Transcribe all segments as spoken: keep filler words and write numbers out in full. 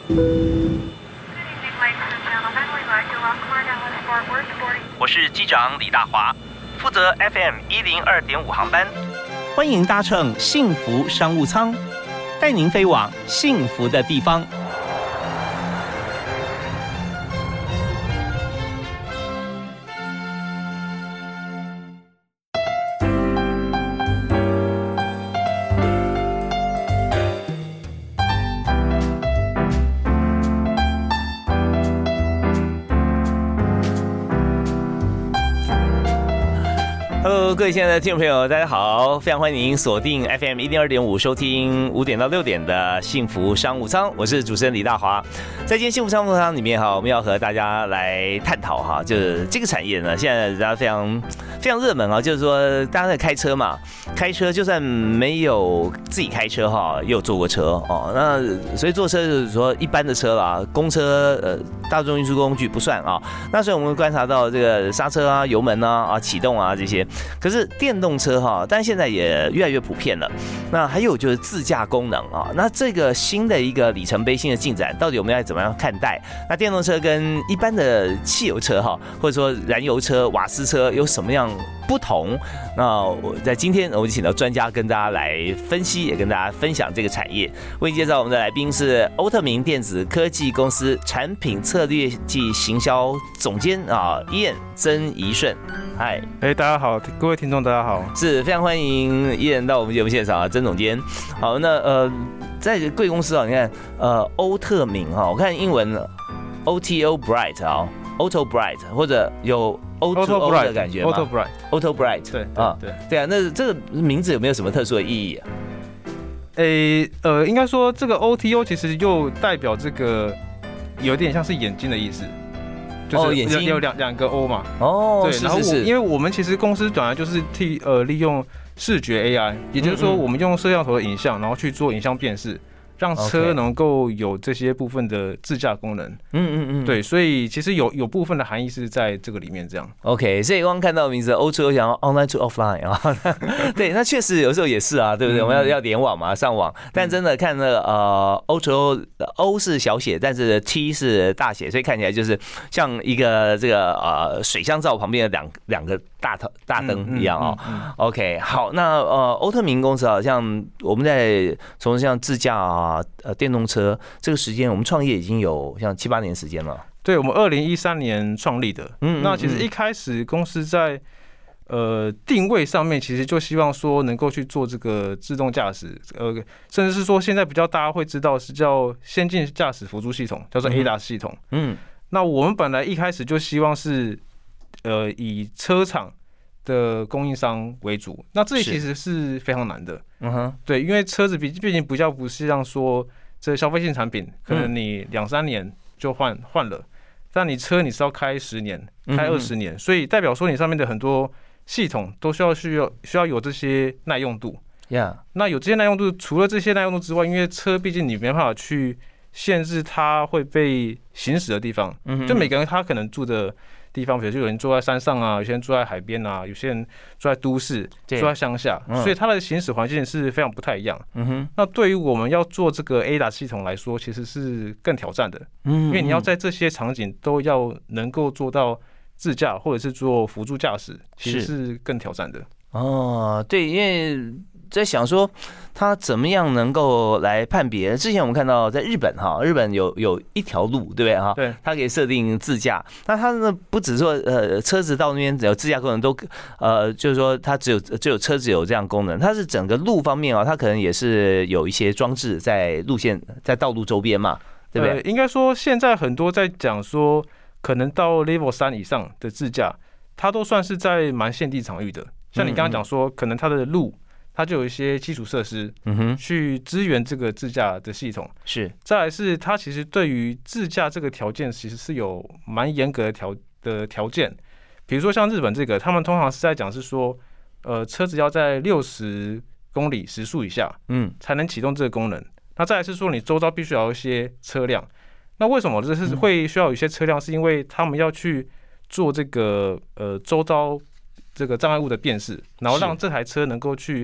我是机长李大华，负责 F M 一零二点五航班，欢迎搭乘幸福商务舱，带您飞往幸福的地方。Hello， 各位亲爱的听众朋友，大家好，非常欢迎您锁定 F M 一零二点五，收听五点到六点的幸福商务舱，我是主持人李大华。在今天幸福商务舱里面哈，我们要和大家来探讨哈，就是这个产业呢，现在大家非常非常热门啊，就是说大家在开车嘛，开车就算没有自己开车哈，也有坐过车哦。那所以坐车就是说一般的车啦，公车呃大众运输工具不算啊。那所以我们观察到这个刹车啊、油门啊、啊启动啊这些。可是电动车哈，但现在也越来越普遍了。那还有就是自驾功能啊，那这个新的一个里程碑、新的进展，到底我们要怎么样看待？那电动车跟一般的汽油车哈，或者说燃油车、瓦斯车有什么样不同？那我在今天我就请到专家跟大家来分析，也跟大家分享这个产业。为你介绍我们的来宾是欧特明电子科技公司产品策略暨行销总监啊，燕曾宜顺。嗨， 哎，大家好，各位听众大家好， 是非常欢迎燕到我们节目现场啊，曾总监。好，那呃，在贵公司啊，你看呃欧特明哈，我看英文 O T O Bright 啊 ，Auto Bright 或者有 O to O 的感觉吗 ？Auto Bright， Auto Bright， 对啊，对对啊，那这个名字有没有什么特殊的意义啊？ 诶，呃，应该说这个 O T O 其实又代表这个有点像是眼睛的意思。就是眼睛有两两个 O 嘛， 哦， 对，然后是是是， 因为我们其实公司本来就是替呃利用视觉 A I， 也就是说我们用摄像头的影像，然后去做影像辨识，让车能够有这些部分的自驾功能。嗯嗯嗯，对，所以其实有有部分的含义是在这个里面这样。 OK， 所以刚刚看到名字 O to O， 想要 Online to Offline 啊，对，那确实有时候也是啊，对不对？我们要要联网嘛，上网，但真的看那个呃 O to O， O 是小写，但是 T 是大写，所以看起来就是像一个这个呃水箱罩旁边的两两个大头大灯一样哦。嗯嗯嗯、OK， 好，那呃欧特明公司啊，像我们在从像自驾啊、呃电动车这个时间，我们创业已经有像七八年时间了。 对，我们二零一三年创立的。嗯，那其实一开始公司在呃定位上面，其实就希望说能够去做这个自动驾驶，呃，甚至是说现在比较大家会知道是叫先进驾驶辅助系统，叫做 A D A S 系统。嗯，那我们本来一开始就希望是呃以车厂的供应商为主，那这里其实是非常难的。嗯哼，对，因为车子毕毕竟比较不是像说这消费性产品，可能你两三年就换换了。但你车你是要开十年、开二十年，嗯、所以代表说你上面的很多系统都需要需要需要有这些耐用度。Yeah. 那有这些耐用度，除了这些耐用度之外，因为车毕竟你没办法去限制它会被行驶的地方，嗯、就每个人他可能住的地方，比如说有人住在山上啊，有些人住在海边啊，有些人住在都市，住在乡下，嗯、所以它的行驶环境是非常不太一样。嗯哼，那对于我们要做这个 A D A S 系统来说，其实是更挑战的。嗯，因为你要在这些场景都要能够做到自驾或者是做辅助驾驶，其实是更挑战的。 哦，对，因为在想说他怎么样能够来判别。之前我们看到在日本哈，日本有有一条路，对不对哈？ 对， 它可以设定自驾。那它呢不只说呃车子到那边只有自驾功能，都呃就是说它只有只有车子有这样功能，它是整个路方面啊，它可能也是有一些装置在路线在道路周边嘛，对不对？ 呃、应该说现在很多在讲说，可能到 Level 三以上的自驾，它都算是在蛮限地场域的。像你刚刚讲说，可能它的路。它就有一些基础设施，嗯哼，去支援这个自驾的系统。 是， 再来是它其实对于自驾这个条件，其实是有蛮严格的条的条件。比如说像日本这个，他们通常是在讲是说，呃，车子要在六十公里时速以下，嗯，才能启动这个功能。那再来是说，你周遭必须要有一些车辆。那为什么这是会需要有一些车辆？是因为他们要去做这个呃周遭这个障碍物的辨识，然后让这台车能够去。比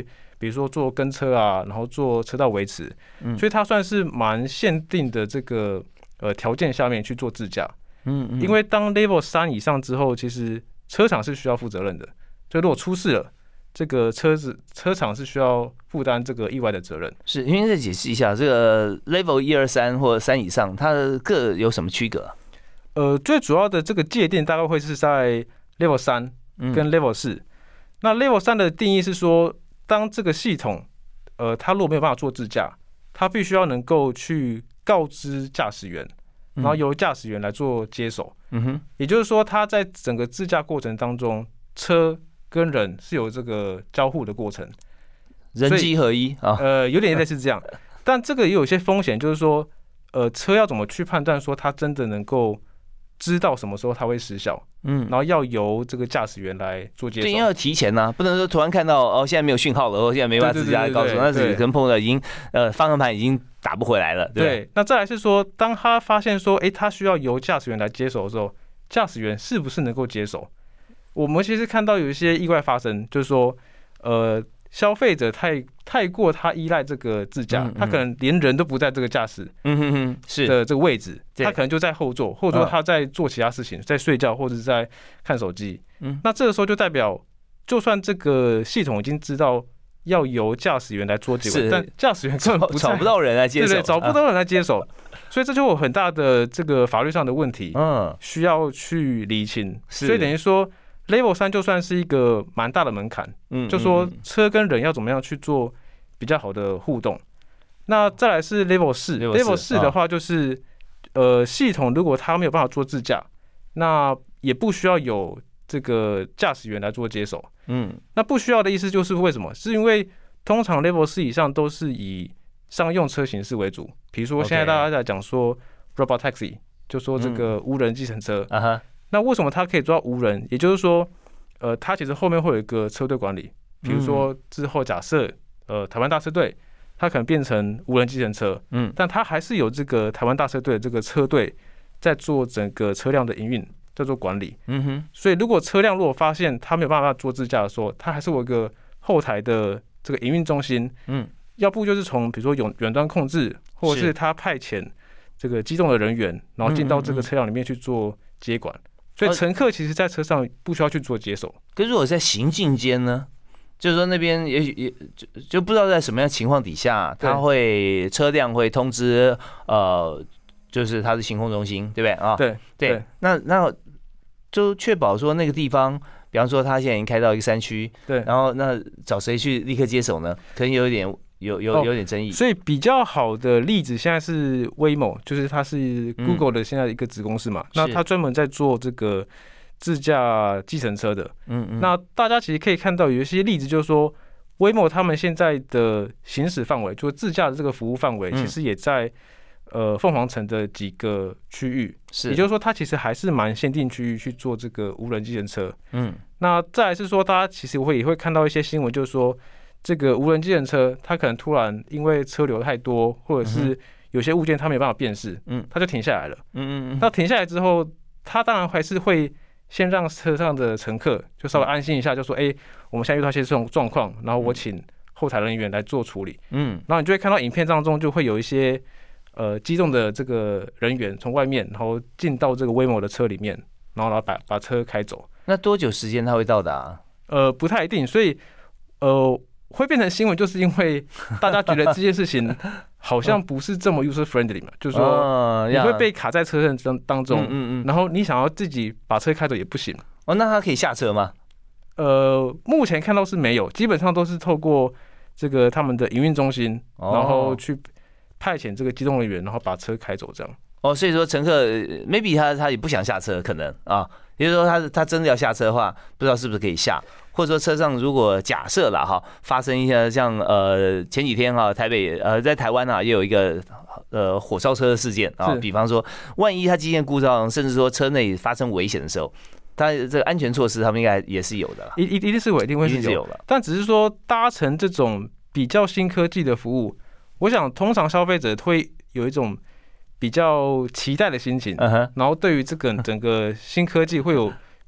比如说做跟车啊，然后做车道维持，嗯，所以它算是蛮限定的这个呃条件下面去做自驾。嗯, 嗯，因为当 Level 三以上之后，其实车厂是需要负责任的，就如果出事了，这个车子车厂是需要负担这个意外的责任。 是，因为再解释一下，这个 Level 一二三或三以上，它各有什么区隔？ 呃，最主要的这个界定大概会是在 Level 三跟 Level 四、嗯。那 Level 三的定义是说，当这个系统，呃，它如果没有办法做自驾，它必须要能够去告知驾驶员，然后由驾驶员来做接手。嗯哼，也就是说，它在整个自驾过程当中，车跟人是有这个交互的过程， 人机合一啊。 呃，有点类似这样，但这个也有一些风险，就是说，呃，车要怎么去判断说它真的能够知道什么时候它会失效，嗯，然后要由这个驾驶员来做接手， 对，因为要提前呐、啊，不能说突然看到哦，现在没有讯号了，哦，现在没办法自驾高速，那只可能碰到已经呃方向盘已经打不回来了，对。 对，那再来是说，当他发现说，哎、欸，他需要由驾驶员来接手的时候，驾驶员是不是能够接手？我们其实看到有一些意外发生，就是说，呃。消费者太太过他依赖这个自驾，嗯嗯，他可能连人都不在这个驾驶的这个位置，嗯，他可能就在后座，或者说他在做其他事情，在睡觉或者是在看手机。嗯，那这个时候就代表，就算这个系统已经知道要由驾驶员来做接管，但驾驶员根本不找不到人来接手， 对对，找不到人来接手，啊，所以这就有很大的这个法律上的问题，嗯，需要去厘清。所以等于说。Level 三就算是一个蛮大的门槛，嗯，就说车跟人要怎么样去做比较好的互动。那再来是 Level 四 ，Level 四的话就是，呃，系统如果它没有办法做自驾，那也不需要有这个驾驶员来做接手。嗯，那不需要的意思就是为什么？是因为通常 Level 四以上都是以商用车形式为主，比如说现在大家在讲说 Robot Taxi， 就说这个无人计程车。啊哈。那为什么它可以做到无人？也就是说，呃，它其实后面会有一个车队管理。比如说之后假设，呃，台湾大车队，它可能变成无人计程车，嗯，但它还是有这个台湾大车队的这个车队在做整个车辆的营运，在做管理。嗯哼。所以如果车辆如果发现它没有办法做自驾的时候，它还是有一个后台的这个营运中心。嗯。要不就是从比如说远远端控制，或者是他派遣这个机动的人员，然后进到这个车辆里面去做接管。所以乘客其实，在车上不需要去做接手。 可是如果在行进间呢，就是说那边也也就就不知道在什么样情况底下，他会车辆会通知呃，就是他的行控中心，对不对啊？ 对对, 对。那那就确保说那个地方，比方说他现在已经开到一个山区，对，然后那找谁去立刻接手呢？可能有一点。有有有点争议， 所以比较好的例子现在是 Waymo， 就是它是 Google 的现在一个子公司嘛，嗯、那它专门在做这个自驾计程车的。嗯嗯。那大家其实可以看到有一些例子，就是说 Waymo 他们现在的行驶范围，就是自驾的这个服务范围，其实也在、嗯、呃凤凰城的几个区域，是，也就是说它其实还是蛮限定区域去做这个无人计程车。嗯。那再来是说，大家其实会也会看到一些新闻，就是说。这个无人计程车，它可能突然因为车流太多，或者是有些物件它没办法辨识，嗯，它就停下来了。嗯嗯嗯。那停下来之后，它当然还是会先让车上的乘客就稍微安心一下，就说：“哎、欸，我们现在遇到一些这种状况，然后我请后台人员来做处理。”嗯。然后你就会看到影片当中就会有一些呃机动的这个人员从外面，然后进到这个 Waymo 的车里面，然后然后把把车开走。 那多久时间它会到达？ 呃，不太一定，所以呃。会变成新闻，就是因为大家觉得这件事情好像不是这么 user friendly 嘛，就是说你会被卡在车阵当中，嗯嗯，然后你想要自己把车开走也不行。 哦，那他可以下车吗？ 呃，目前看到是没有，基本上都是透过这个他们的营运中心，然后去派遣这个机动人员，然后把车开走这样。 哦，所以说乘客 maybe 他他也不想下车，可能啊，也就是说他他真的要下车的话，不知道是不是可以下。或者说车上如果假设啦哈，发生一些像呃前几天哈台北呃在台湾啊也有一个呃火烧车的事件啊，比方说万一它机件故障，甚至说车内发生危险的时候，它这个安全措施他们应该也是有的， 一一定是我一定会是有的，但只是说搭乘这种比较新科技的服务，我想通常消费者会有一种比较期待的心情，uh-huh. 然后对于这个整个新科技会有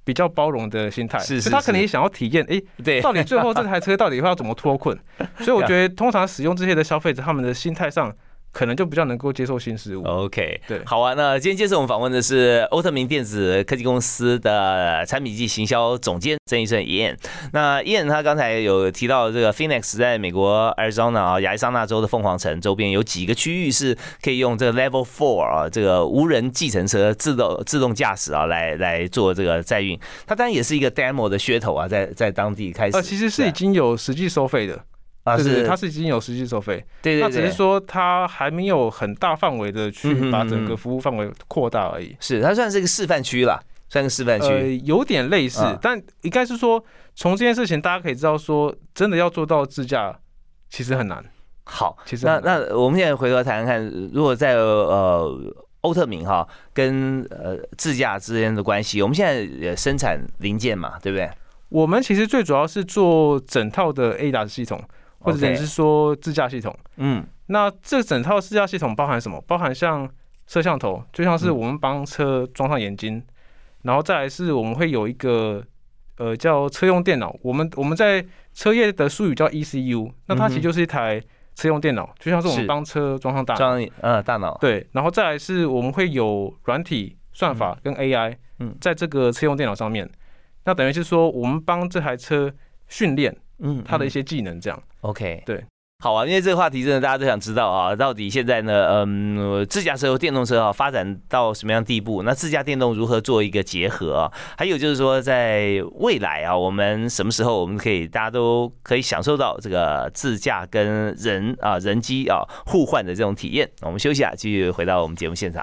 比较包容的心态， 是是是， 他可能也想要体验，哎，对，到底最后这台车到底会要怎么脱困？所以我觉得，通常使用这些的消费者，他们的心态上可能就比较能够接受新事物。 OK， 对， 好啊。那今天接受我们访问的是欧特明电子科技公司的产品及行销总监郑义顺 Ian。那 Ian 他刚才有提到这个 Phoenix 在美国 Arizona 啊亚利桑那州的凤凰城周边有几个区域是可以用这个 Level Four 啊这个无人计程车自动自动驾驶啊来来做这个载运。它当然也是一个 demo 的噱头啊，在在当地开始。 呃，其实是已经有实际收费的。啊，是，它是已经有实际收费， 对对对， 那只是说它还没有很大范围的去把整个服务范围扩大而已。嗯、 是，它算是一个示范区啦，算个示范区， 呃，有点类似，嗯、但应该是说，从这件事情大家可以知道说，真的要做到自驾，其实很难。 好，其实那那我们现在回头谈谈看，如果在呃欧特明哈跟呃自驾之间的关系，我们现在也生产零件嘛，对不对？ 我们其实最主要是做整套的 A D A S 系统。或者是说自驾系统，嗯，那这整套自驾系统包含什么？包含像摄像头，就像是我们帮车装上眼睛，嗯、然后再来是我们会有一个呃叫车用电脑，我们我们在车业的术语叫 E C U， 那它其实就是一台车用电脑，就像是我们帮车装上大脑， 装呃大脑， 对，然后再来是我们会有软体算法跟 A I，嗯，在这个车用电脑上面，那等于是说我们帮这台车训练。嗯，他的一些技能这样 ，OK， 对， 好啊，因为这个话题真的大家都想知道啊，到底现在呢，嗯，自驾车和电动车啊发展到什么样的地步？那自驾电动如何做一个结合啊？还有就是说，在未来啊，我们什么时候我们可以大家都可以享受到这个自驾跟人啊人机啊互换的这种体验？我们休息啊，继续回到我们节目现场。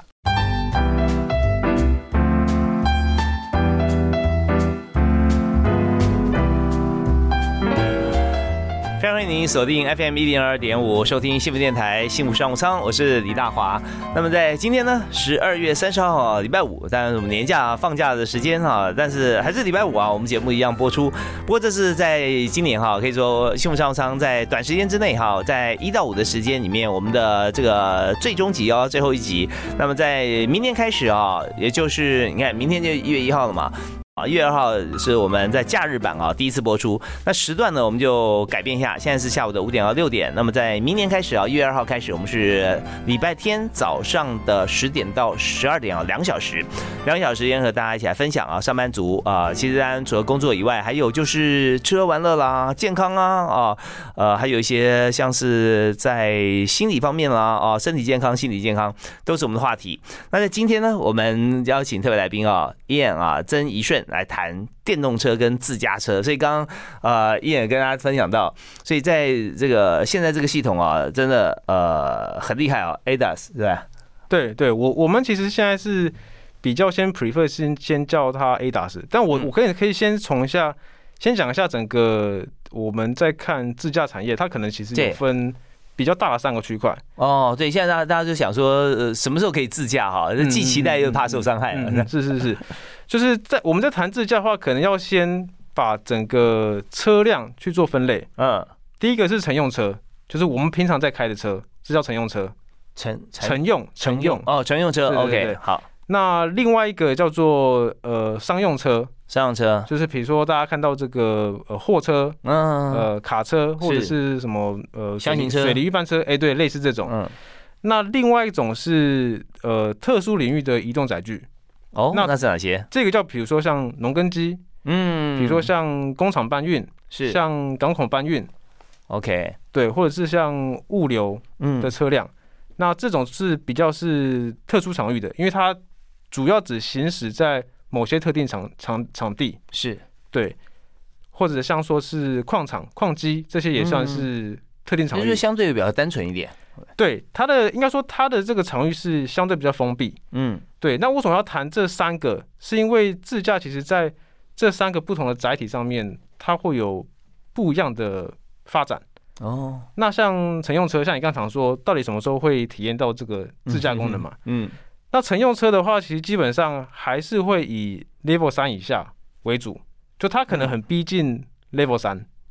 非常欢迎您锁定 F M 一零二点五，收听幸福电台幸福商务舱，我是李大华。那么在今天呢，十二月三十号礼拜五，当然我们年假放假的时间哈，但是还是礼拜五啊，我们节目一样播出。不过这是在今年哈，可以说幸福商务舱在短时间之内哈，在一到五的时间里面，我们的这个最终集哦，最后一集。那么在明年开始啊，也就是你看明天就一月一号了嘛。啊，一月二号是我们在假日版啊第一次播出，那时段呢我们就改变一下，现在是下午的五点到六点。那么在明年开始啊，一月二号开始，我们是礼拜天早上的十点到十二点啊，两小时，两小时时间和大家一起来分享啊。上班族啊，其实当然除了工作以外，还有就是吃喝玩乐啦、健康啊啊，呃，还有一些像是在心理方面啦啊，身体健康、心理健康都是我们的话题。那在今天呢，我们邀请特别来宾啊 ，Ian 啊，曾怡顺。来谈电动车跟自驾车，所以刚刚呃Ian也跟大家分享到，所以在这个现在这个系统啊，真的呃很厉害啊 ，A D A S 对吧？ 对对，我我们其实现在是比较先 prefer 先先叫它 A D A S， 但我我可以可以先从一下先讲一下整个我们在看自驾产业，它可能其实有分比较大的三个区块。 哦，对，现在大家大家就想说，呃，什么时候可以自驾哈？既期待又怕受伤害了。 嗯嗯、是是是。就是在我们在谈自驾的话，可能要先把整个车辆去做分类。嗯，第一个是乘用车，就是我们平常在开的车，这叫乘用车。 乘乘用乘用哦，乘用车。 对对对 OK， 好。 那另外一个叫做呃商用车， 商用车就是比如说大家看到这个呃货车，嗯，呃卡车或者是什么呃箱型车、 水泥预拌车，哎、欸，对，类似这种。嗯。那另外一种是呃特殊领域的移动载具。 哦，那那是哪些？ 这个叫比如说像农耕机，嗯，比如说像工厂搬运，是像港口搬运 ，OK， 对，或者是像物流的车辆，嗯、那这种是比较是特殊场域的，因为它主要只行驶在某些特定场场场地， 是对， 或者像说是矿场、矿机这些也算是特定场域， 就是相对比较单纯一点。 对，它的应该说它的这个场域是相对比较封闭。嗯，对。那为什么要谈这三个？是因为自驾其实在这三个不同的载体上面，它会有不一样的发展。哦，那像乘用车，像你刚才说，到底什么时候会体验到这个自驾功能嘛？嗯，那乘用车的话，其实基本上还是会以 Level 三以下为主，就它可能很逼近 Level 三。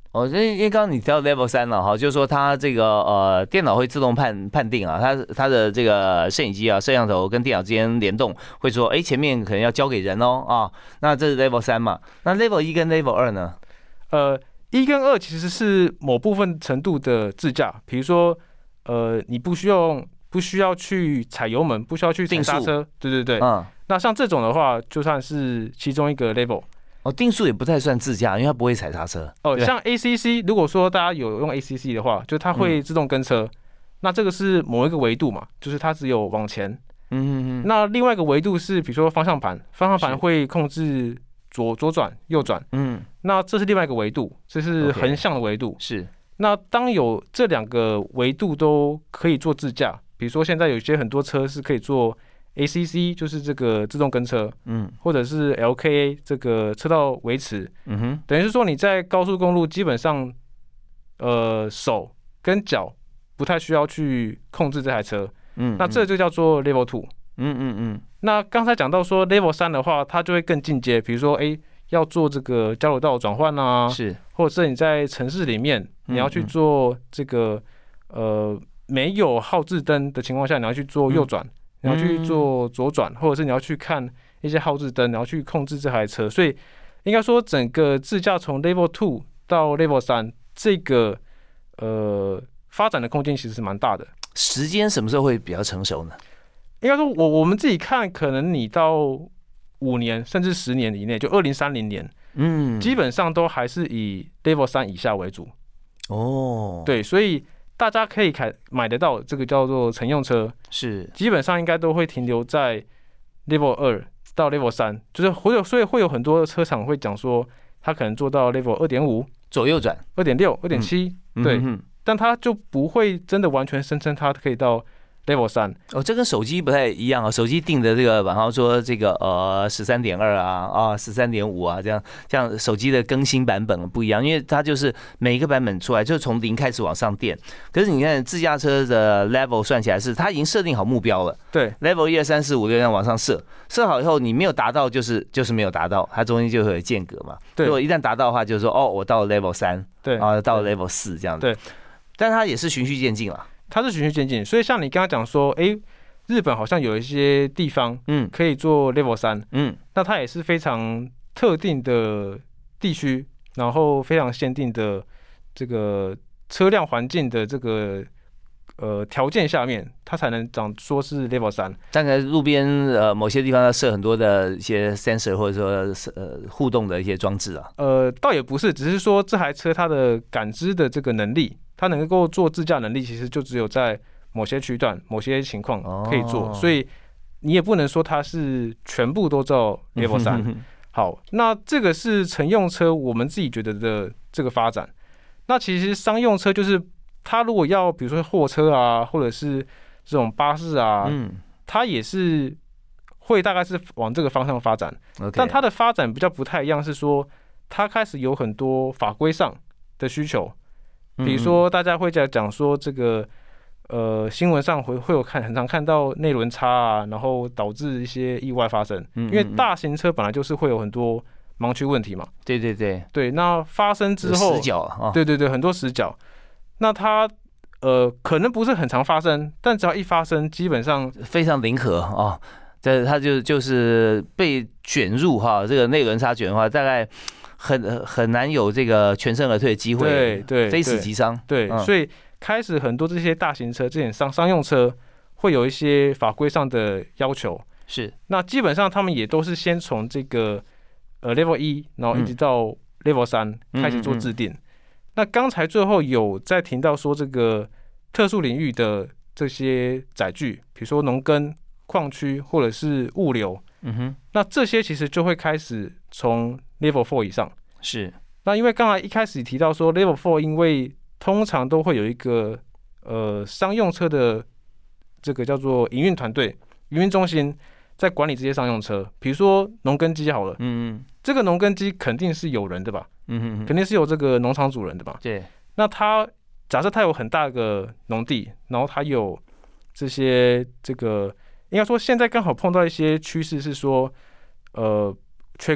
哦，因为因为刚刚你提到 Level 三了哈，就是说它这个呃电脑会自动判判定啊，它它的这个摄影机啊、摄像头跟电脑之间联动，会说哎前面可能要交给人哦啊，那这是 Level 三嘛？那 Level 一跟 Level 二呢？ 呃，一跟二其实是某部分程度的自驾，比如说呃你不需要不需要去踩油门，不需要去踩刹车，对对对，嗯，那像这种的话，就算是其中一个 level。 哦，定速也不太算自驾，因为它不会踩刹车。 哦，像 A C C， 如果说大家有用 A C C 的话，就它会自动跟车。嗯、那这个是某一个维度嘛，就是它只有往前。嗯嗯嗯。那另外一个维度是，比如说方向盘，方向盘会控制左左转、右转。嗯。那这是另外一个维度，这是横向的维度。 Okay, 是。 那当有这两个维度都可以做自驾，比如说现在有些很多车是可以做。A C C 就是这个自动跟车，嗯，或者是 L K A 这个车道维持，嗯哼，等于是说你在高速公路基本上，呃，手跟脚不太需要去控制这台车，嗯，那这就叫做 Level Two， 嗯嗯嗯。那刚才讲到说 Level 三的话，它就会更进阶，比如说，哎、欸，要做这个交流道转换啊， 是， 或者是你在城市里面你要去做这个，呃，没有号志灯的情况下，你要去做右转。嗯你要去做左转，或者是你要去看一些号志灯，你要去控制这台车，所以应该说整个自驾从 Level Two 到 Level 三，这个呃发展的空间其实是蛮大的。 时间什么时候会比较成熟呢？ 应该说我我们自己看，可能你到五年甚至十年以内，就二零三零年，嗯，基本上都还是以 Level 三以下为主。哦，对，所以。大家可以买得到这个叫做乘用车， 是基本上应该都会停留在 Level 二到 Level 三，就是会有，所以会有很多车厂会讲说，它可能做到 Level 二点五左右转， 二点六、二点七，对，嗯、但它就不会真的完全声称它可以到。Level 三哦，这跟手机不太一样啊。手机定的这个，比方说这个呃十三点二啊啊十三点五啊，这样这样手机的更新版本不一样，因为它就是每一个版本出来就是从零开始往上垫。可是你看自驾车的 level 算起来是它已经设定好目标了， 对 ，level 一二三四五六这样往上设，设好以后你没有达到就是就是没有达到，它中间就会有间隔嘛。 对， 如果一旦达到的话，就是说哦我到了 level 三， 对， 啊到了 level 四这样子， 对， 但它也是循序渐进了。 它是循序渐进，所以像你刚刚讲说，哎、欸，日本好像有一些地方，嗯，可以做 Level 三，嗯，那它也是非常特定的地区，然后非常限定的这个车辆环境的这个呃条件下面，它才能讲说是 Level 三。 大概路边呃某些地方要设很多的一些 sensor 或者说呃互动的一些装置啊。 呃，倒也不是，只是说这台车它的感知的这个能力。它能够做自驾能力，其实就只有在某些区段、某些情况可以做，哦、所以你也不能说它是全部都照 Level 三。好，那这个是乘用车我们自己觉得的这个发展。那其实商用车就是它如果要，比如说货车啊，或者是这种巴士啊，嗯，它也是会大概是往这个方向发展。 Okay. 但它的发展比较不太一样，是说它开始有很多法规上的需求。比如说，大家会在讲说这个，呃，新闻上会会有看，很常看到内轮差啊，然后导致一些意外发生。因为大型车本来就是会有很多盲区问题嘛。 对对对对，那发生之后， 死角啊， 对对对，很多死角。那它呃可能不是很常发生，但只要一发生，基本上非常灵活啊。这它就就是被卷入哈，这个内轮差卷的话，大概。很很难有这个全身而退的机会， 对对， 非死即伤。 对，嗯、所以开始很多这些大型车、这些商商用车会有一些法规上的要求。 是， 那基本上他们也都是先从这个呃 Level 一，然后一直到 Level 三、嗯、开始做制定。嗯嗯嗯那刚才最后有在提到说这个特殊领域的这些载具，比如说农耕、矿区或者是物流，嗯哼，那这些其实就会开始从Level 四以上是， 那因为刚才一开始提到说 Level 四，因为通常都会有一个呃商用车的这个叫做营运团队、营运中心在管理这些商用车，比如说农耕机好了，嗯嗯，这个农耕机肯定是有人的吧，嗯嗯，肯定是有这个农场主人的吧， 对， 那他假设他有很大个农地，然后他有这些这个，应该说现在刚好碰到一些趋势是说，呃，缺工。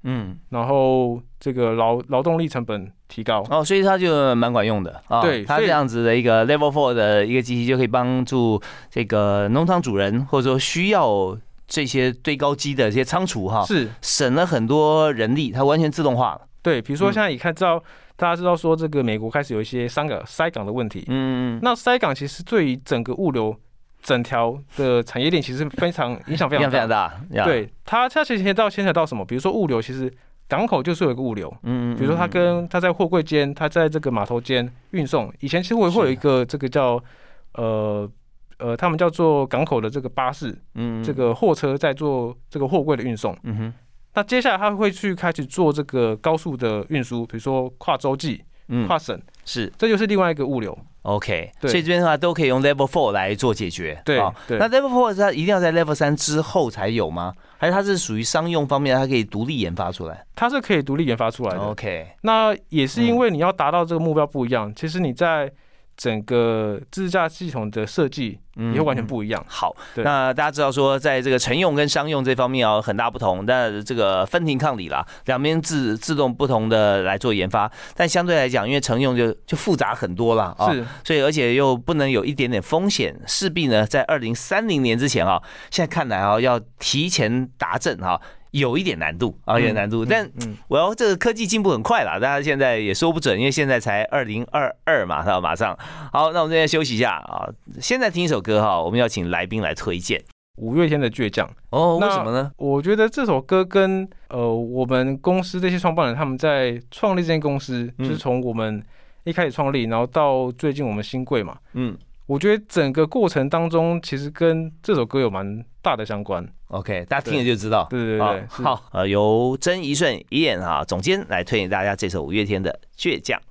嗯，然后这个劳劳动力成本提高， 哦，所以它就蛮管用的啊。 对， 它这样子的一个 Level Four 的一个机器，就可以帮助这个农场主人，或者说需要这些堆高机的这些仓储哈， 是省了很多人力，它完全自动化了。 对，比如说现在你看知道、嗯、大家知道说这个美国开始有一些塞港塞港的问题，嗯，那塞港其实对于整个物流整条的产业链其实非常影响非常大，非常大。对，它它其实到牵扯到什么？比如说物流，其实港口就是有一个物流，嗯，比如说它跟它在货柜间，它在这个码头间运送。以前其实会会有一个这个叫呃呃，他们叫做港口的这个巴士，嗯，这个货车在做这个货柜的运送，嗯哼。那接下来他会去开始做这个高速的运输，比如说跨洲际、嗯、跨省，是，这就是另外一个物流。 OK， 所以这边的话都可以用 Level Four 来做解决。 对， 哦、 对。 那 Level Four 它一定要在 Level 三之后才有吗？还是它是属于商用方面，它可以独立研发出来？ 它是可以独立研发出来的。 OK， 那也是因为你要达到这个目标不一样，嗯、其实你在整个自驾系统的设计也会完全不一样。 嗯、好，那大家知道说，在这个乘用跟商用这方面有很大不同，但这个分庭抗礼啦，两边自自动不同的来做研发。但相对来讲，因为乘用就就复杂很多了啊，是，所以而且又不能有一点点风险，势必呢在二零三零年之前啊，现在看来啊要提前达阵哈。有一点难度啊，有点难度，嗯、但我要、嗯、这个科技进步很快啦，大家现在也说不准，因为现在才二零二二嘛，它马上。好，那我们现在休息一下啊，现在听一首歌哈，我们要请来宾来推荐五月天的《倔强》 哦，为什么呢？ 我觉得这首歌跟呃我们公司这些创办人他们在创立这间公司，嗯、就是从我们一开始创立，然后到最近我们新贵嘛，嗯。我觉得整个过程当中，其实跟这首歌有蛮大的相关。 OK， 大家听了就知道。 对对对对， 好，呃，由曾怡顺 Ian 啊总监来推荐大家这首五月天的《倔强》。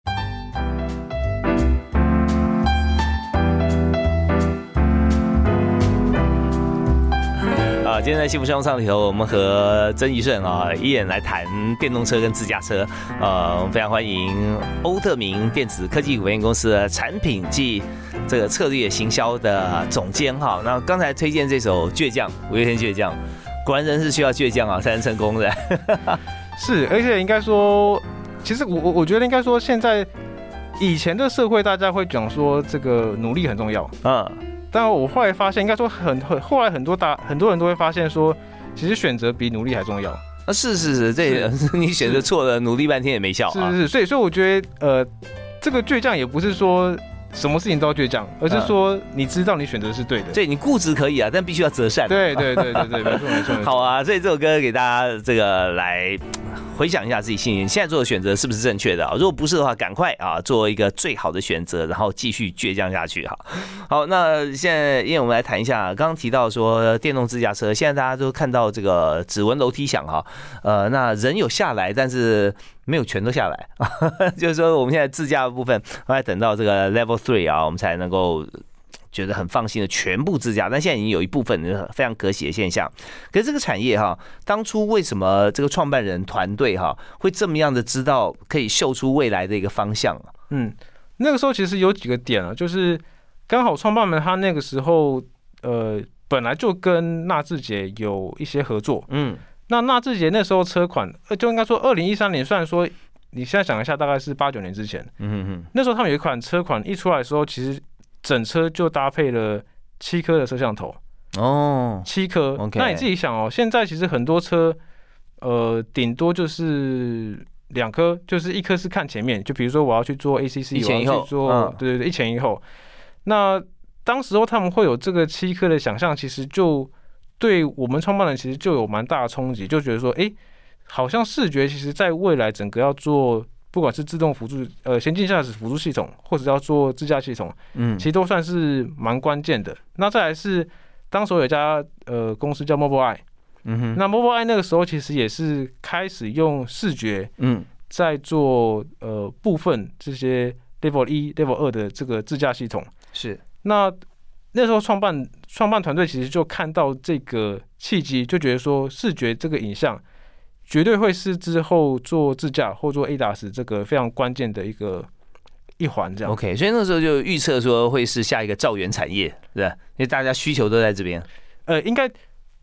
啊，今天在幸福商务舱里头，我们和曾怡顺啊Ian来谈电动车跟自驾车。呃，我们非常欢迎欧特明电子科技股份有限公司的产品及这个策略行销的总监哈。那刚才推荐这首《倔强》，五月天《倔强》，果然人是需要倔强啊才能成功的。 是，而且应该说，其实我我我觉得应该说，现在以前的社会大家会讲说这个努力很重要，嗯。但我后来发现，应该说很很后来很多大很多人都会发现说，其实选择比努力还重要。 啊，是是是，这你选择错了，努力半天也没效。 是是是，所以所以我觉得，呃，这个倔强也不是说什么事情都要倔强，而是说你知道你选择是对的。 对，你固执可以啊，但必须要择善。 对对对对对，没错没错。 好啊，所以这首歌给大家这个来回想一下自己心里现在做的选择是不是正确的啊？如果不是的话，赶快啊做一个最好的选择，然后继续倔强下去哈。好，那现在因为我们来谈一下，刚刚提到说电动自驾车，现在大家都看到这个指纹楼梯响哈，呃，那人有下来，但是没有全都下来，就是说我们现在自驾的部分，还等到这个 Level Three 啊，我们才能够觉得很放心的全部自驾，但现在已经有一部分非常可喜的现象。可是这个产业哈，当初为什么这个创办人团队哈会这么样的知道可以秀出未来的一个方向？ 嗯，那个时候其实有几个点啊，就是刚好创办人他那个时候呃本来就跟纳智捷有一些合作，嗯。那纳智捷那时候车款，呃，就应该说二零一三年，虽然说你现在想一下，大概是八九年之前，嗯哼哼，那时候他们有一款车款一出来的时候，其实整车就搭配了七颗的摄像头，哦，七颗。Okay. 那你自己想哦，现在其实很多车，呃，顶多就是两颗，就是一颗是看前面，就比如说我要去做 A C C， 一前一后， 做，嗯、对对对，一前一后。那当时候他们会有这个七颗的想象，其实就对我们创办人其实就有蛮大的冲击，就觉得说，哎、欸，好像视觉其实在未来整个要做，不管是自动辅助、呃先进驾驶辅助系统，或者要做自驾系统，嗯，其实都算是蛮关键的。那再来是当时有一家呃公司叫 Mobileye， 嗯哼，那 Mobileye 那个时候其实也是开始用视觉，嗯，在做呃部分这些 Level 一、Level 二的这个自驾系统， 是那。那时候创办创办团队其实就看到这个契机，就觉得说视觉这个影像绝对会是之后做自驾或做 A D A S 这个非常关键的一个一环。这样 OK， 所以那时候就预测说会是下一个兆元产业，对吧？因为大家需求都在这边。 呃，应该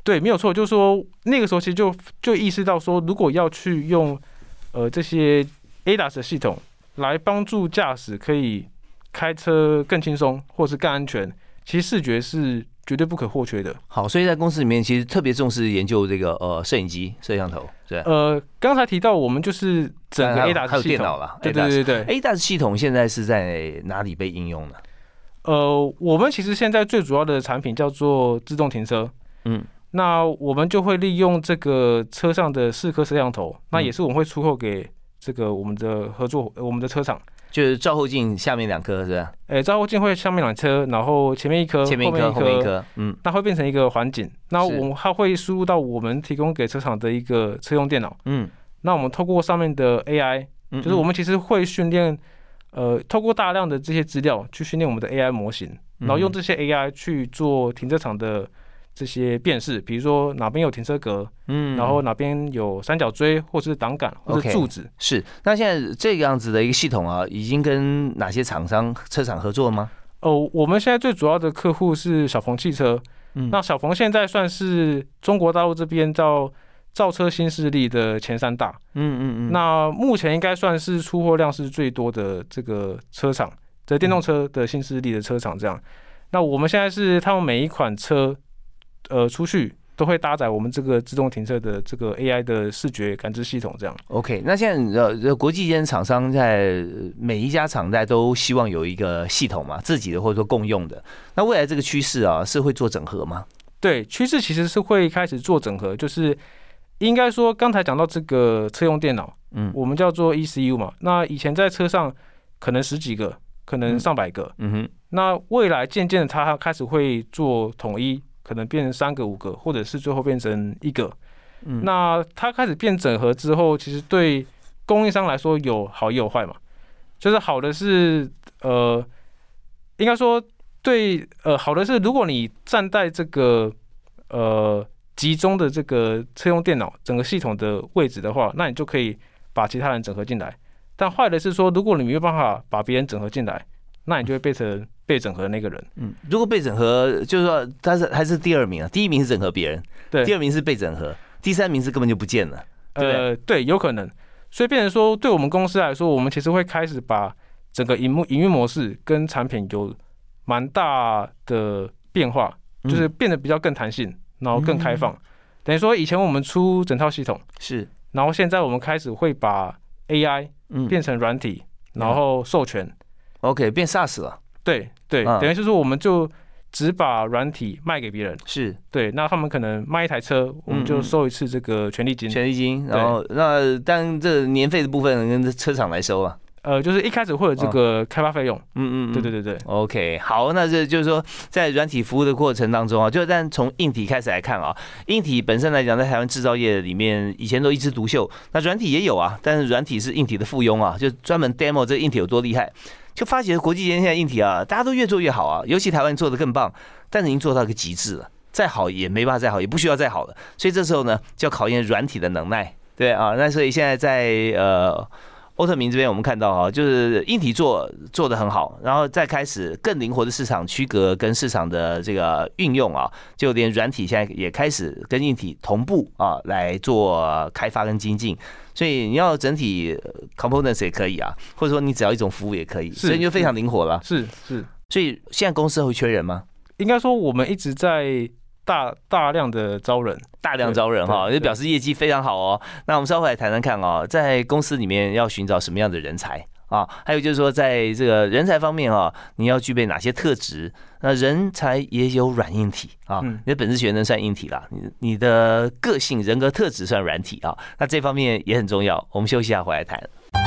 对，没有错，就是说那个时候其实就就意识到说，如果要去用呃这些 A D A S 的系统来帮助驾驶可以开车更轻松或是更安全，其实视觉是绝对不可或缺的。 好，所以在公司里面其实特别重视研究这个呃摄影机、摄像头，是吧？ 呃，刚才提到我们就是整个 A D A S 系统， 还有电脑啦， 对对对对。 A D A S 系统现在是在哪里被应用呢？ 呃，我们其实现在最主要的产品叫做自动停车，嗯，那我们就会利用这个车上的四颗摄像头，那也是我们会出货给这个我们的合作我们的车厂。 就是照后镜下面两颗是吧？ 哎、欸，照后镜会下面两颗，然后前面一颗， 前面一颗，后面一颗，嗯， 那会变成一个环景。那我们它会输入到我们提供给车厂的一个车用电脑，嗯，那我们透过上面的 A I， 就是我们其实会训练，呃，透过大量的这些资料去训练我们的 A I 模型，然后用这些 A I 去做停车场的这些辨识，比如说哪边有停车格，嗯，然后哪边有三角锥或是挡杆或者柱子。 Okay, 是，那现在这个样子的一个系统啊，已经跟哪些厂商车厂合作了吗？ 哦，我们现在最主要的客户是小鹏汽车，嗯，那小鹏现在算是中国大陆这边造造车新势力的前三大，嗯嗯嗯，那目前应该算是出货量是最多的这个车厂，这电动车的新势力的车厂这样。嗯、那我们现在是他们每一款车。呃，出去都会搭载我们这个自动停车的这个 A I 的视觉感知系统，这样。 OK， 那现在呃，国际间厂商在每一家厂在都希望有一个系统嘛，自己的或者说共用的。那未来这个趋势啊，是会做整合吗？ 对，趋势其实是会开始做整合，就是应该说刚才讲到这个车用电脑，嗯，我们叫做 E C U 嘛。那以前在车上可能十几个，可能上百个，嗯哼。那未来渐渐的，它开始会做统一。可能变成三个、五个，或者是最后变成一个。嗯，那它开始变整合之后，其实对供应商来说有好也有坏嘛。就是好的是，呃，应该说对，呃，好的是，如果你站在这个呃集中的这个车用电脑整个系统的位置的话，那你就可以把其他人整合进来。但坏的是说，如果你没有办法把别人整合进来，那你就会变成被整合的那个人。 嗯，如果被整合，就是说他是还是第二名啊，第一名是整合别人，对，第二名是被整合，第三名是根本就不见了。对呃，对，有可能。所以变成说，对我们公司来说，我们其实会开始把整个营幕营运模式跟产品有蛮大的变化，就是变得比较更弹性，然后更开放。嗯、等于说，以前我们出整套系统是， 然后现在我们开始会把 A I 变成软体，嗯、然后授权。 OK， 变 SaaS 了。 对对，嗯、等于是说我们就只把软体卖给别人， 是对。那他们可能卖一台车，我们就收一次这个权利金， 权利金。然后那但这年费的部分跟车厂来收啊。 呃，就是一开始会有这个开发费用，嗯嗯，对对对对。 OK， 好，那这就是说，在软体服务的过程当中啊，就但从硬体开始来看啊，硬体本身来讲，在台湾制造业里面，以前都一枝独秀，那软体也有啊，但是软体是硬体的附庸啊，就专门 demo 这个硬体有多厉害，就发觉国际间现在硬体啊，大家都越做越好啊，尤其台湾做的更棒，但是已经做到一个极致了，再好也没办法再好，也不需要再好了，所以这时候呢，就要考验软体的能耐，对啊，那所以现在在呃。欧特明这边我们看到啊，就是硬体做做得很好，然后再开始更灵活的市场区隔跟市场的这个运用啊，就连软体现在也开始跟硬体同步啊来做开发跟精进，所以你要整体 components 也可以啊，或者说你只要一种服务也可以，所以你就非常灵活了。 是是， 所以现在公司会缺人吗？ 应该说我们一直在大大量的招人。 大量招人哈，就表示业绩非常好哦。那我们稍后来谈谈看哦，在公司里面要寻找什么样的人才啊？还有就是说，在这个人才方面啊，你要具备哪些特质？那人才也有软硬体啊，你的本质学能算硬体啦，你你的个性人格特质算软体啊。那这方面也很重要。我们休息一下，回来谈。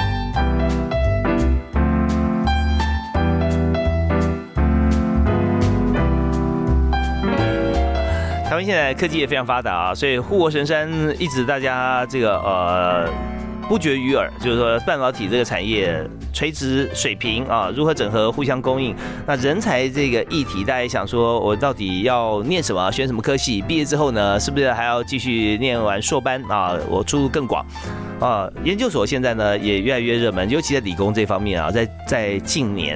台湾现在科技也非常发达啊，所以护国神山一直大家这个呃不绝于耳，就是说半导体这个产业垂直水平啊，如何整合互相供应。那人才这个议题，大家想说我到底要念什么，选什么科系？毕业之后呢，是不是还要继续念完硕班啊？我出路更广啊。研究所现在呢也越来越热门，尤其在理工这方面啊，在在近年。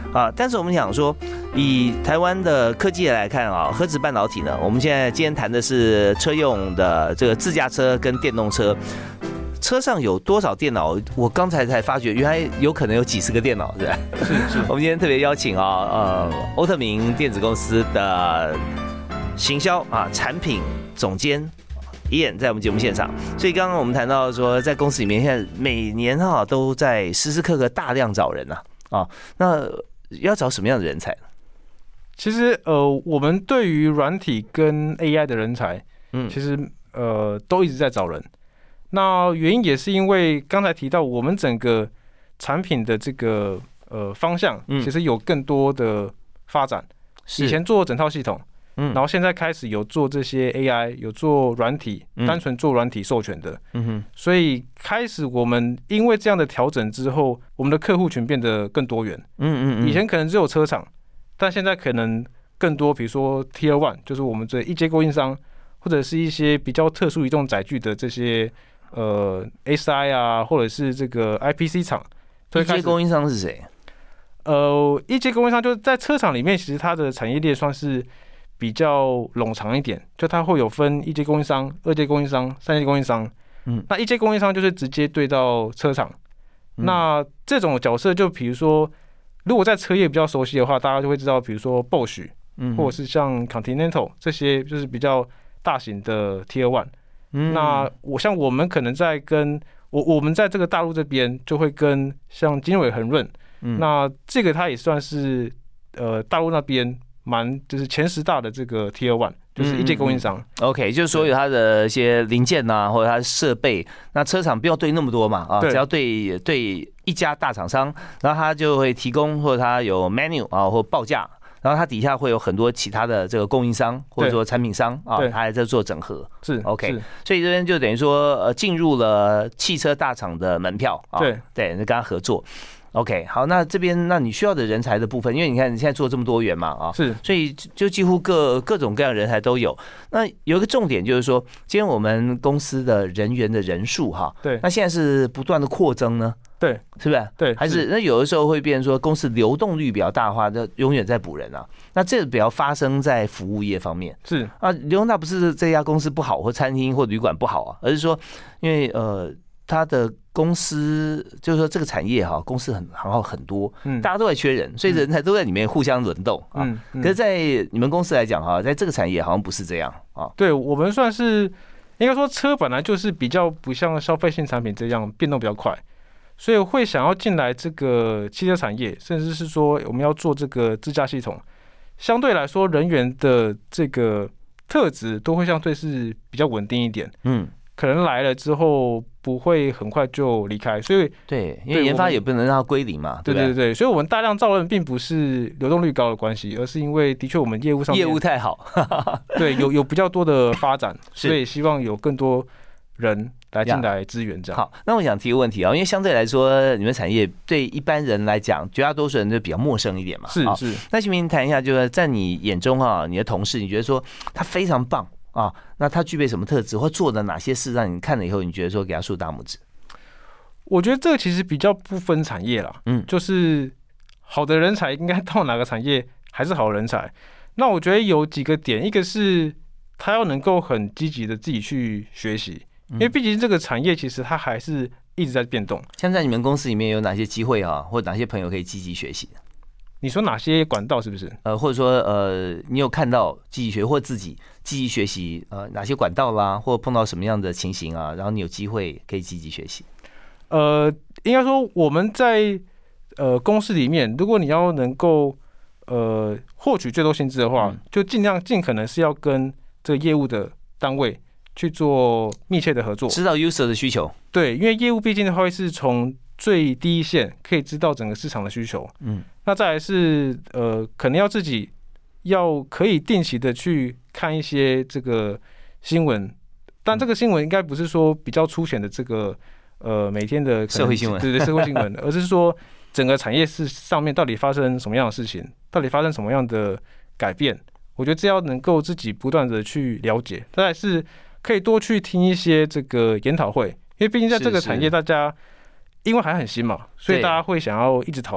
啊。但是我们想说，以台湾的科技来看啊，核子半导体呢，我们现在今天谈的是车用的这个自驾车跟电动车。车上有多少电脑？我刚才才发觉，原来有可能有几十个电脑，是吧？ 是是。 我们今天特别邀请啊，呃，欧特明电子公司的行销啊产品总监Ian在我们节目现场。所以刚刚我们谈到说，在公司里面现在每年哈都在时时刻刻大量找人啊啊，那要找什么样的人才呢？ 其实呃，我们对于软体跟 A I 的人才，嗯，其实呃都一直在找人。那原因也是因为刚才提到，我们整个产品的这个呃方向，其实有更多的发展。以前做整套系统，嗯，然后现在开始有做这些 A I， 有做软体，单纯做软体授权的，嗯哼。所以开始我们因为这样的调整之后，我们的客户群变得更多元。嗯嗯嗯。以前可能只有车厂，但现在可能更多，比如说 Tier One， 就是我们这一阶供应商，或者是一些比较特殊移动载具的这些。呃 ，S I 啊，或者是这个 I P C 厂， 一阶供应商是谁？ 呃，一阶供应商就是在车厂里面，其实它的产业链算是比较冗长一点，就它会有分一阶供应商、二阶供应商、三阶供应商。嗯，那一阶供应商就是直接对到车厂。嗯、那这种角色，就比如说，如果在车业比较熟悉的话，大家就会知道，比如说 Bosch， 嗯，或者是像 Continental 这些，就是比较大型的 Tier One。嗯、那我像我们可能在跟我我们在这个大陆这边就会跟像经纬恒润，嗯、那这个它也算是呃大陆那边蛮就是前十大的这个 Tier One， 就是一阶供应商。嗯嗯、OK， 就是所有它的一些零件呐、啊，或者它的设备，那车厂不要对那么多嘛啊，只要对对一家大厂商，然后它就会提供或者它有 menu 啊或报价。然后它底下会有很多其他的这个供应商或者说产品商啊，它还在做整合。 是 OK， 所以这边就等于说呃进入了汽车大厂的门票啊， 对对，跟他合作。OK， 好，那这边那你需要的人才的部分，因为你看你现在做这么多元嘛啊， 是， 所以就几乎各各种各样的人才都有。那有一个重点就是说，今天我们公司的人员的人数哈， 对， 那现在是不断的扩增呢。 对， 是不是？ 对， 还是那有的时候会变成说公司流动率比较大的话，就永远在补人啊。那这个比较发生在服务业方面， 是啊，流动大不是这家公司不好或餐厅或旅馆不好啊，而是说因为呃他的公司就是说这个产业哈，公司很很好很多，嗯，大家都在缺人，所以人才都在里面互相轮动啊。嗯嗯、可是，在你们公司来讲哈，在这个产业好像不是这样啊。 对我们算是应该说车本来就是比较不像消费性产品这样变动比较快。所以会想要进来这个汽车产业，甚至是说我们要做这个自驾系统，相对来说人员的这个特质都会相对是比较稳定一点。嗯，可能来了之后不会很快就离开，所以对，因为研发也不能让它归零嘛，对不对？ 对对对，所以我们大量招人并不是流动率高的关系，而是因为的确我们业务上面业务太好， 对，有有比较多的发展，所以希望有更多人来进来支援这样。 好，那我想提个问题啊，因为相对来说，你们产业对一般人来讲，绝大多数人都比较陌生一点嘛。 是是。 那请您谈一下，就是在你眼中啊，你的同事，你觉得说他非常棒啊，那他具备什么特质，或做的哪些事，让你看了以后，你觉得说给他竖大拇指？ 我觉得这个其实比较不分产业啦，嗯，就是好的人才应该到哪个产业还是好的人才。那我觉得有几个点，一个是他要能够很积极的自己去学习。因为毕竟这个产业其实它还是一直在变动。 像在你们公司里面有哪些机会啊，或者哪些朋友可以积极学习？ 你说哪些管道是不是？ 呃，或者说呃，你有看到积极学或自己积极学习呃哪些管道啦，或碰到什么样的情形啊，然后你有机会可以积极学习？ 呃，应该说我们在呃公司里面，如果你要能够呃获取最多薪资的话，嗯、就尽量尽可能是要跟这个业务的单位去做密切的合作， 知道 user 的需求。 对，因为业务毕竟的话会是从最低一线可以知道整个市场的需求。嗯，那再来是呃，可能要自己要可以定期的去看一些这个新闻，但这个新闻应该不是说比较粗浅的这个呃每天的社会新闻， 对对，社会新闻，而是说整个产业是上面到底发生什么样的事情，到底发生什么样的改变。我觉得这要能够自己不断的去了解，再来是可以多去听一些这个研讨会，因为毕竟在这个产业，大家因为还很新嘛，所以大家会想要一直讨论。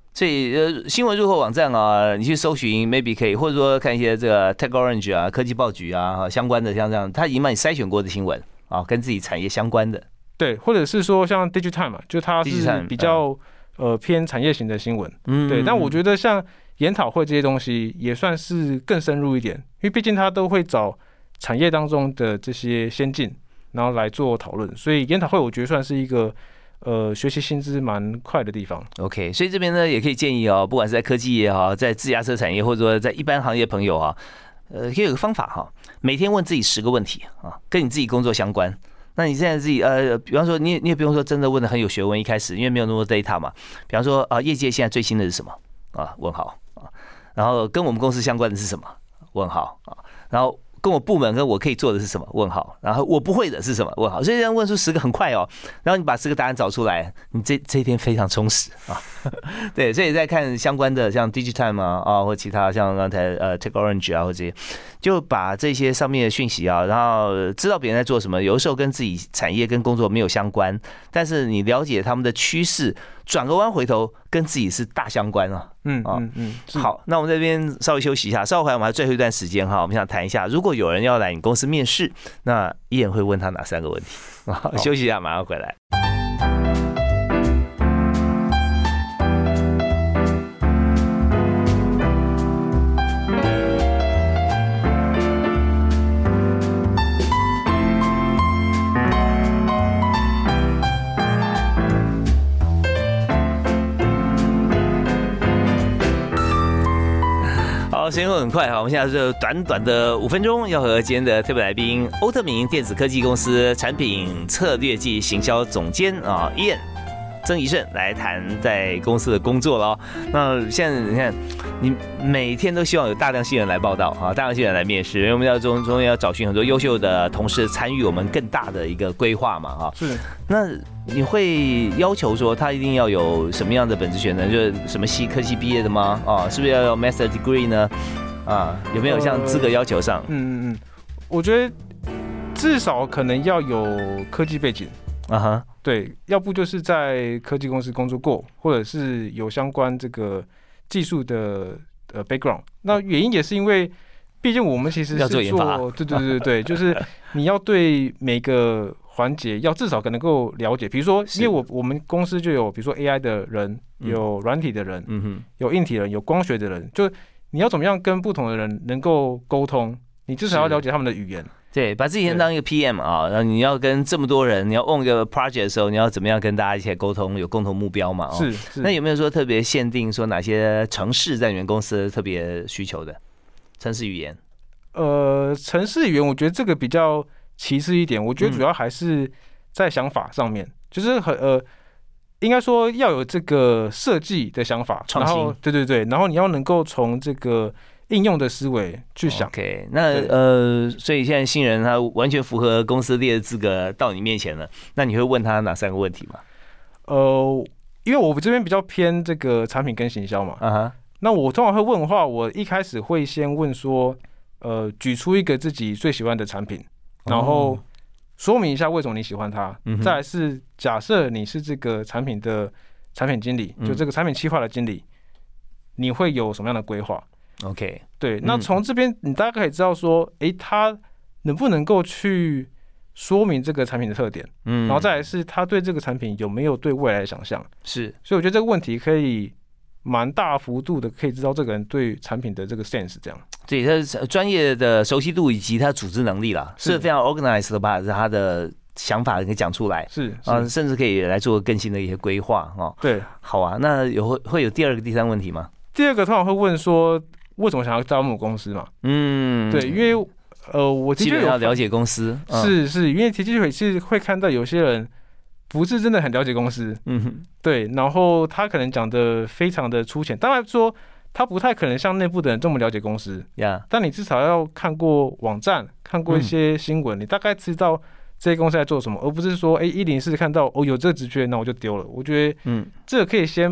所以呃，新闻入口网站啊，你去搜寻 maybe 可以，或者说看一些这个 TechOrange 啊、科技报局啊相关的，像这样，它已经帮你筛选过的新闻啊，跟自己产业相关的。 对，或者是说像 Digitime 嘛，就它是比较、嗯、呃偏产业型的新闻。嗯，对。但我觉得像研讨会这些东西也算是更深入一点，因为毕竟它都会找产业当中的这些先进，然后来做讨论，所以研讨会我觉得算是一个。呃，学习薪资蛮快的地方。 OK， 所以这边呢也可以建议哦，不管是在科技业哈，在自驾车产业，或者说在一般行业朋友哈，呃，可以有个方法哈，每天问自己十个问题啊，跟你自己工作相关。那你现在自己呃，比方说你也你也不用说真的问的很有学问，一开始因为没有那么多 data 嘛。比方说啊，业界现在最新的是什么啊？问号啊。然后跟我们公司相关的是什么？问号啊。然后。跟我部门跟我可以做的是什么？问号。然后我不会的是什么？问号。所以这样问出十个很快哦，然后你把十个答案找出来，你这这一天非常充实啊。对，所以在看相关的像 Digitime 啊啊，或其他像刚才呃 TechOrange 啊或这些，就把这些上面的讯息啊，然后知道别人在做什么，有的时候跟自己产业跟工作没有相关，但是你了解他们的趋势，转个弯回头跟自己是大相关啊。 嗯嗯嗯。 好，那我们这边稍微休息一下，稍后回来我们还有最后一段时间哈，我们想谈一下，如果有人要来你公司面试，那依然会问他哪三个问题？好，休息一下，马上回来。时间会很快哈，我们现在就短短的五分钟，要和今天的特别来宾欧特明电子科技公司产品策略暨行销总监啊 Ian 曾怡胜来谈在公司的工作了。那现在你看，你每天都希望有大量新人来报道啊，大量新人来面试，因为我们要中中要找寻很多优秀的同事参与我们更大的一个规划嘛哈。 是。 那你会要求说他一定要有什么样的本职学能？就是什么系科系毕业的吗？啊，是不是要有 master degree 呢？啊，有没有像资格要求上？ 呃、嗯嗯嗯，我觉得至少可能要有科技背景啊哈。 对，要不就是在科技公司工作过，或者是有相关这个技术的呃 background。那原因也是因为，毕竟我们其实是要做研发， 对对对对，就是你要对每个环节要至少可能够了解。比如说，因为我我们公司就有，比如说 A I 的人，有软体的人，嗯哼，有硬体的人，有光学的人，就你要怎么样跟不同的人能够沟通，你至少要了解他们的语言。 对，把自己先当一个 P M 啊，然后你要跟这么多人，你要 own 一个 project 的时候，你要怎么样跟大家一起沟通，有共同目标嘛？哦、 是, 是。 那有没有说特别限定说哪些程式在你们公司特别需求的程式语言？ 呃，程式语言我觉得这个比较其次一点，我觉得主要还是在想法上面，嗯、就是很呃，应该说要有这个设计的想法， 创新。 对对对，然后你要能够从这个应用的思维去想。 OK， 那呃，所以现在新人他完全符合公司列的资格到你面前了，那你会问他哪三个问题吗？ 呃，因为我这边比较偏这个产品跟行销嘛，啊哈、uh-huh. 那我通常会问的话，我一开始会先问说，呃，举出一个自己最喜欢的产品，然后说明一下为什么你喜欢它。Oh. 再来是假设你是这个产品的产品经理，就这个产品企划的经理，你会有什么样的规划？ OK， 对，那从这边你大概可以知道说，哎、欸，他能不能够去说明这个产品的特点，嗯，然后再来是他对这个产品有没有对未来的想象， 是， 所以我觉得这个问题可以蛮大幅度的可以知道这个人对产品的这个 sense 这样。 对，他专业的熟悉度以及他组织能力啦，是非常 organized 的把他的想法给讲出来， 是啊，甚至可以来做更新的一些规划哦。 对， 好啊，那有会有第二个、第三个问题吗？ 第二个通常会问说，为什么想要加入我们公司嘛？嗯，对，因为呃，我的确有基本要了解公司， 嗯、是是，因为的确是会看到有些人不是真的很了解公司，嗯哼，对，然后他可能讲的非常的粗浅，当然说他不太可能像内部的人这么了解公司，呀、yeah. ，但你至少要看过网站，看过一些新闻、嗯，你大概知道这些公司在做什么，而不是说，哎，一零四看到哦有这个职缺，那我就丢了。我觉得，嗯，这个可以先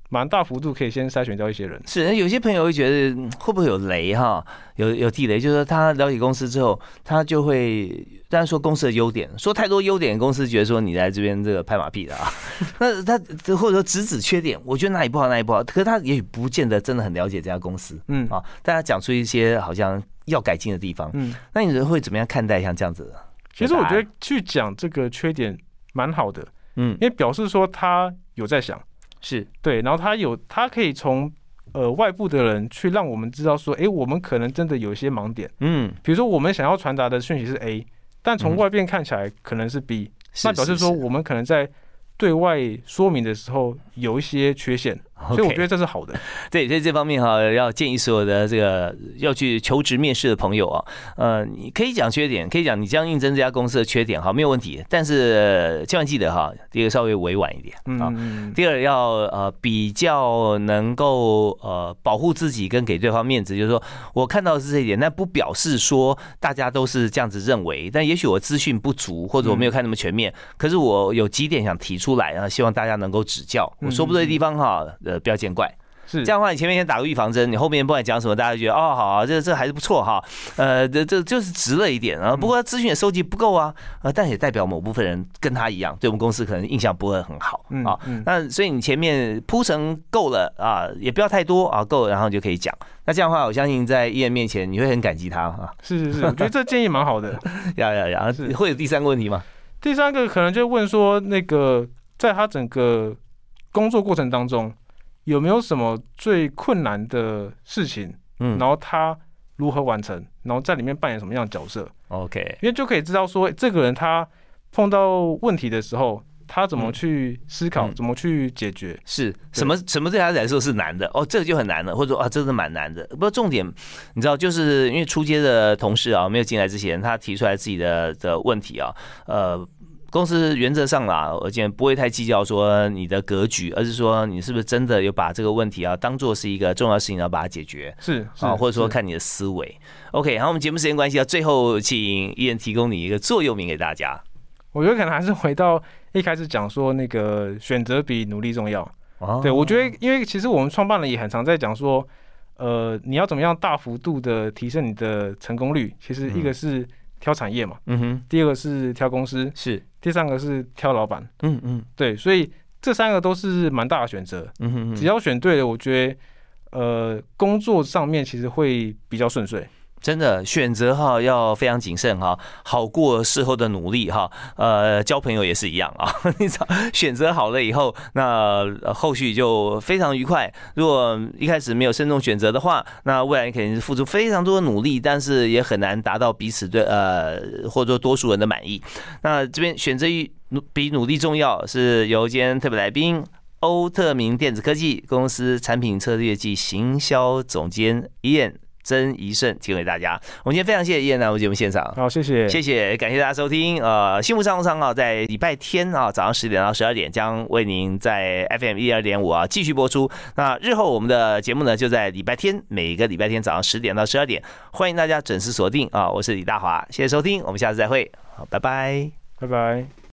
蛮大幅度可以先筛选掉一些人。 是，有些朋友会觉得会不会有雷哈，有有地雷，就是说他了解公司之后，他就会当然说公司的优点，说太多优点，公司觉得说你来这边这个拍马屁的啊，那他或者说直指缺点，我觉得哪里不好哪里不好，可是他也许不见得真的很了解这家公司，嗯啊，大家讲出一些好像要改进的地方，嗯，那你会怎么样看待像这样子的？ 其实我觉得去讲这个缺点蛮好的，嗯，因为表示说他有在想。 是对，然后他有，他可以从呃外部的人去让我们知道说，哎，我们可能真的有一些盲点，嗯，比如说我们想要传达的讯息是 A， 但从外边看起来可能是 B，、嗯、那表示说我们可能在对外说明的时候有一些缺陷。所以我觉得这是好的。 对，所以这方面哈，要建议所有的这个要去求职面试的朋友啊，呃，你可以讲缺点，可以讲你将应征这家公司的缺点，哈，没有问题。但是千万记得哈，第一个稍微委婉一点啊，嗯、第二要呃比较能够呃保护自己跟给对方面子，就是说我看到的是这一点，但不表示说大家都是这样子认为。但也许我资讯不足，或者我没有看那么全面，嗯、可是我有几点想提出来，然后希望大家能够指教。我说不对的地方哈。呃，不要见怪， 是这样的话，你前面先打个预防针，你后面不管讲什么，大家就觉得哦，好、啊，这这还是不错哈，呃，这这就是直了一点啊。不过资讯也收集不够啊，呃，但也代表某部分人跟他一样，对我们公司可能印象不会很好啊。嗯嗯、那所以你前面铺陈够了啊，也不要太多啊，够了，然后就可以讲。那这样的话，我相信在艺人面前你会很感激他啊。 是是是，我觉得这建议蛮好的。 呀呀呀，会有第三个问题吗？ 第三个可能就问说，那个在他整个工作过程当中。有没有什么最困难的事情？嗯，然后他如何完成？然后在里面扮演什么样的角色 ？OK， 因为就可以知道说，这个人他碰到问题的时候，他怎么去思考，嗯、怎么去解决？ 是什么？什么对他来说是难的？哦，这个就很难了，或者说啊，这是蛮难的。不过重点，你知道，就是因为初阶的同事啊，没有进来之前，他提出来自己的的问题啊，呃。公司原则上啦，而且不会太计较说你的格局，而是说你是不是真的有把这个问题啊当做是一个重要事情，要把它解决， 是啊，或者说看你的思维。OK， 好，我们节目时间关系，最后请艺人提供你一个座右铭给大家。 我觉得可能还是回到一开始讲说那个选择比努力重要。哦、对，我觉得因为其实我们创办人也很常在讲说，呃，你要怎么样大幅度的提升你的成功率？其实一个是、嗯挑产业嘛，嗯哼，第二个是挑公司， 是， 第三个是挑老板， 嗯嗯， 对，所以这三个都是蛮大的选择，嗯哼哼，只要选对了，我觉得，呃，工作上面其实会比较顺遂。 真的选择哈要非常谨慎哈，好过事后的努力哈。呃，交朋友也是一样啊，你知道，选择好了以后，那后续就非常愉快。如果一开始没有慎重选择的话，那未来肯定是付出非常多的努力，但是也很难达到彼此对呃或者说多数人的满意。那这边选择比努力重要，是由今天特别来宾欧特明电子科技公司产品策略及行销总监Ian曾宜胜提供给大家。我们今天非常谢谢Ian来我们节目现场， 好，谢谢， 谢谢，感谢大家收听。呃，幸福商务舱啊，在礼拜天啊早上十点到十二点将为您在 F M 一二点五啊继续播出。那日后我们的节目呢，就在礼拜天每个礼拜天早上十点到十二点，欢迎大家准时锁定啊！我是李大华，谢谢收听，我们下次再会，好，拜拜， 拜拜。